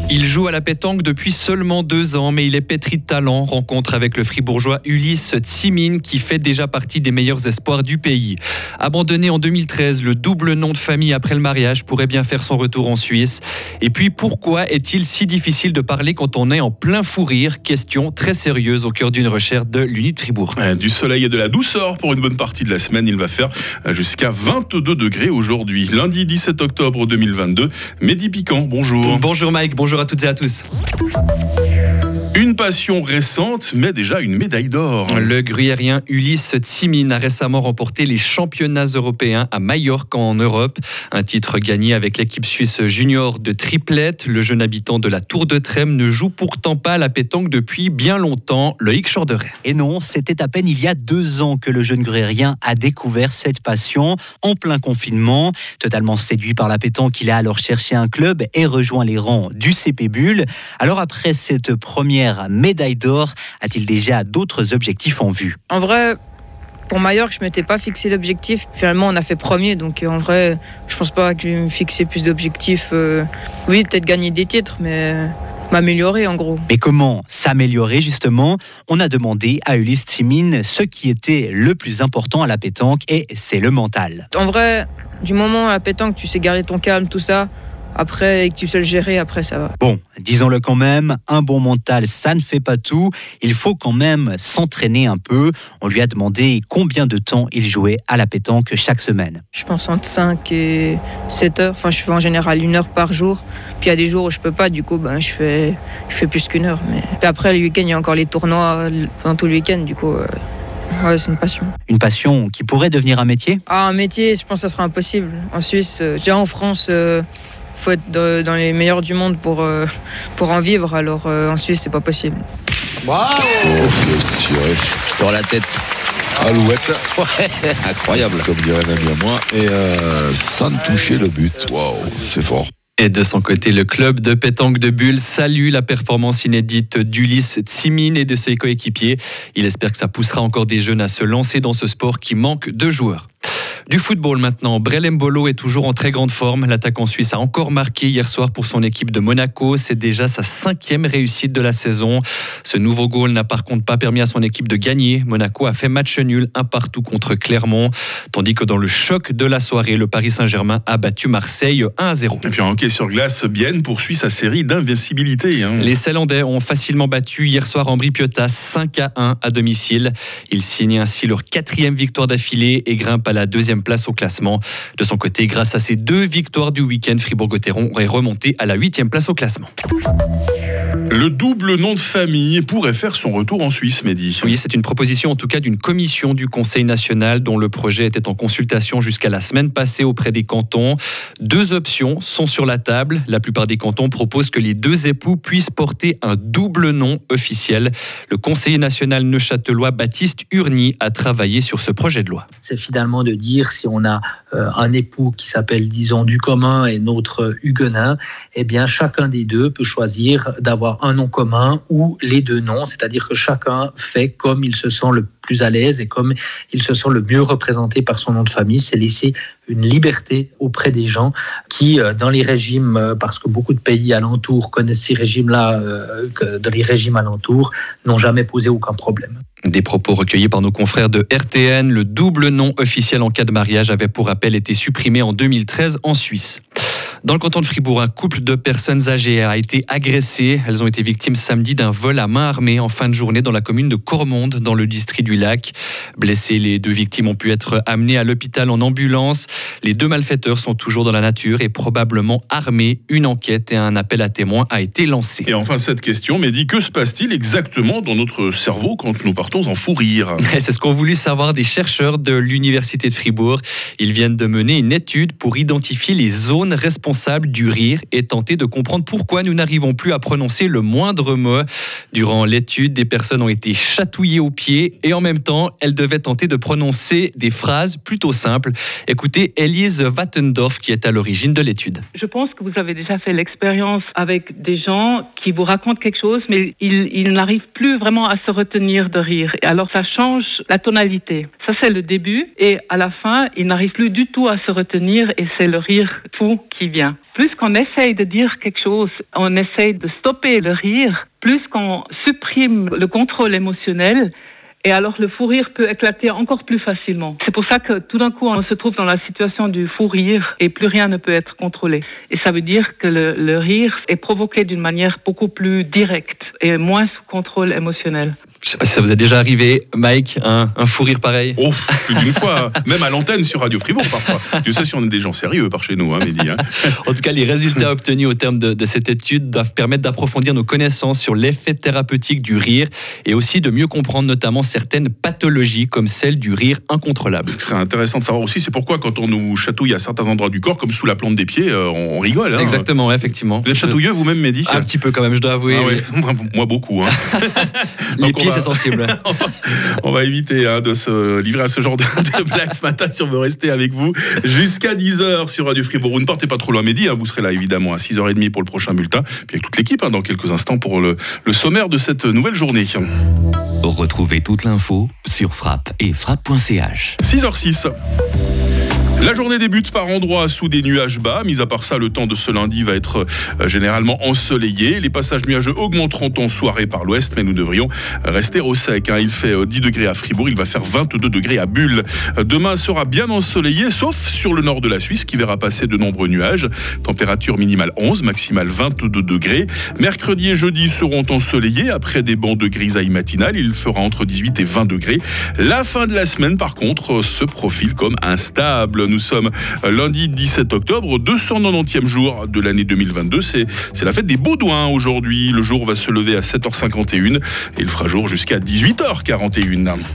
Il joue à la pétanque depuis seulement 2 ans, mais il est pétri de talent. Rencontre avec le fribourgeois Ulysse Tsimin, qui fait déjà partie des meilleurs espoirs du pays. Abandonné en 2013, le double nom de famille après le mariage pourrait bien faire son retour en Suisse. Et puis, pourquoi est-il si difficile de parler quand on est en plein fou rire? Question très sérieuse au cœur d'une recherche de l'Uni de Fribourg. Du soleil et de la douceur pour une bonne partie de la semaine. Il va faire jusqu'à 22 degrés aujourd'hui. Lundi 17 octobre 2022. Mehdi Piquant, bonjour. Bonjour Mike, bonjour à toutes et à tous. Une passion récente, mais déjà une médaille d'or. Le gruyérien Ulysse Tsimin a récemment remporté les championnats européens à Majorque en Europe. Un titre gagné avec l'équipe suisse junior de triplette. Le jeune habitant de la Tour de Trême ne joue pourtant pas à la pétanque depuis bien longtemps. Loïc Chorderet. Et non, c'était à peine il y a 2 ans que le jeune gruyérien a découvert cette passion en plein confinement. Totalement séduit par la pétanque, il a alors cherché un club et rejoint les rangs du CP Bull. Alors après cette première médaille d'or, a-t-il déjà d'autres objectifs en vue? En vrai, pour Majorque, je ne m'étais pas fixé d'objectif. Finalement, on a fait premier, donc en vrai, je pense pas que je vais me fixer plus d'objectifs. Oui, peut-être gagner des titres, mais m'améliorer en gros. Mais comment s'améliorer justement? On a demandé à Ulysse Tsimin ce qui était le plus important à la pétanque, et c'est le mental. En vrai, du moment à la pétanque, tu sais garder ton calme, tout ça. Après, et que tu sais le gérer, après ça va. Bon, disons-le quand même, un bon mental, ça ne fait pas tout. Il faut quand même s'entraîner un peu. On lui a demandé combien de temps il jouait à la pétanque chaque semaine. Je pense entre 5 et 7 heures. Enfin, je fais en général 1 heure par jour. Puis il y a des jours où je peux pas, du coup, je fais plus qu'1 heure. Mais puis après, le week-end, il y a encore les tournois pendant tout le week-end, du coup. Ouais, c'est une passion. Une passion qui pourrait devenir un métier? Un métier, je pense que ça sera impossible. En Suisse, déjà en France... faut être dans les meilleurs du monde pour en vivre, alors en Suisse c'est pas possible. Waouh! Tiré dans la tête. Alouette. Ouais, incroyable. Comme dirait un ami à moi. Et sans toucher le but. Waouh, c'est fort. Et de son côté, le club de pétanque de Bull salue la performance inédite d'Ulysse Tsimin et de ses coéquipiers. Il espère que ça poussera encore des jeunes à se lancer dans ce sport qui manque de joueurs. Du football maintenant, Brel Mbolo est toujours en très grande forme. L'attaquant suisse a encore marqué hier soir pour son équipe de Monaco. C'est déjà sa 5e réussite de la saison. Ce nouveau goal n'a par contre pas permis à son équipe de gagner. Monaco a fait match nul 1-1 contre Clermont. Tandis que dans le choc de la soirée, le Paris Saint-Germain a battu Marseille 1-0. Et puis en hockey sur glace, Bienne poursuit sa série d'invincibilité. Les Ceylandais ont facilement battu hier soir Ambri Piotta 5-1 à domicile. Ils signent ainsi leur 4e victoire d'affilée et grimpent à la 2e place au classement. De son côté, grâce à ces 2 victoires du week-end, Fribourg-Gotteron est remonté à la 8e place au classement. Le double nom de famille pourrait faire son retour en Suisse, Mehdi. Oui, c'est une proposition en tout cas d'une commission du Conseil national dont le projet était en consultation jusqu'à la semaine passée auprès des cantons. 2 options sont sur la table. La plupart des cantons proposent que les 2 époux puissent porter un double nom officiel. Le conseiller national neuchâtelois Baptiste Urny a travaillé sur ce projet de loi. C'est finalement de dire si on a un époux qui s'appelle, disons, du commun et notre huguenin, eh bien chacun des 2 peut choisir d'avoir un nom commun ou les 2 noms, c'est-à-dire que chacun fait comme il se sent le plus à l'aise et comme il se sent le mieux représenté par son nom de famille. C'est laisser une liberté auprès des gens qui, dans les régimes, parce que beaucoup de pays alentours connaissent ces régimes-là, dans les régimes alentours, n'ont jamais posé aucun problème. Des propos recueillis par nos confrères de RTN. Le double nom officiel en cas de mariage avait pour rappel été supprimé en 2013 en Suisse. Dans le canton de Fribourg, un couple de personnes âgées a été agressé. Elles ont été victimes samedi d'un vol à main armée en fin de journée dans la commune de Cormonde, dans le district du Lac. Blessées, les 2 victimes ont pu être amenées à l'hôpital en ambulance. Les 2 malfaiteurs sont toujours dans la nature et probablement armés. Une enquête et un appel à témoins a été lancé. Et enfin, cette question, Mehdi, que se passe-t-il exactement dans notre cerveau quand nous partons en fou rire? C'est ce qu'ont voulu savoir des chercheurs de l'Université de Fribourg. Ils viennent de mener une étude pour identifier les zones responsables du rire et tenter de comprendre pourquoi nous n'arrivons plus à prononcer le moindre mot. Durant l'étude, des personnes ont été chatouillées aux pieds et en même temps, elles devaient tenter de prononcer des phrases plutôt simples. Écoutez Elise Wattendorf qui est à l'origine de l'étude. Je pense que vous avez déjà fait l'expérience avec des gens qui vous racontent quelque chose, mais ils n'arrivent plus vraiment à se retenir de rire. Et alors ça change la tonalité. Ça c'est le début et à la fin, ils n'arrivent plus du tout à se retenir et c'est le rire fou qui vient. bien. Plus qu'on essaye de dire quelque chose, on essaye de stopper le rire, plus qu'on supprime le contrôle émotionnel, et alors le fou rire peut éclater encore plus facilement. C'est pour ça que tout d'un coup on se trouve dans la situation du fou rire et plus rien ne peut être contrôlé. Et ça veut dire que le rire est provoqué d'une manière beaucoup plus directe et moins sous contrôle émotionnel. Je sais pas si ça vous est déjà arrivé, Mike, un fou rire pareil. Oh, plus d'une fois, même à l'antenne sur Radio Fribourg parfois. Je sais si on est des gens sérieux par chez nous, Mehdi. En tout cas, les résultats obtenus au terme de cette étude doivent permettre d'approfondir nos connaissances sur l'effet thérapeutique du rire et aussi de mieux comprendre notamment certaines pathologies comme celle du rire incontrôlable. Ce qui serait intéressant de savoir aussi, c'est pourquoi quand on nous chatouille à certains endroits du corps, comme sous la plante des pieds, on rigole. Exactement, ouais, effectivement. Vous êtes chatouilleux vous-même, Mehdi? Un petit peu quand même, je dois avouer. Ah ouais. Moi beaucoup. Les pieds, c'est sensible. On va éviter de se livrer à ce genre de blagues ce matin si on veut rester avec vous jusqu'à 10h sur Radio Fribourg. Vous ne partez pas trop loin, Mehdi. Vous serez là évidemment à 6h30 pour le prochain bulletin. Puis avec toute l'équipe dans quelques instants pour le sommaire de cette nouvelle journée. Retrouvez toute l'info sur Frappe et frappe.ch. 6h06. La journée débute par endroits sous des nuages bas. Mis à part ça, le temps de ce lundi va être généralement ensoleillé. Les passages nuageux augmenteront en soirée par l'ouest, mais nous devrions rester au sec. Il fait 10 degrés à Fribourg, il va faire 22 degrés à Bulle. Demain sera bien ensoleillé, sauf sur le nord de la Suisse qui verra passer de nombreux nuages. Température minimale 11, maximale 22 degrés. Mercredi et jeudi seront ensoleillés après des bancs de grisaille matinale. Il fera entre 18 et 20 degrés. La fin de la semaine, par contre, se profile comme instable. Nous sommes lundi 17 octobre, 290e jour de l'année 2022. C'est la fête des Baudouins aujourd'hui. Le jour va se lever à 7h51 et il fera jour jusqu'à 18h41.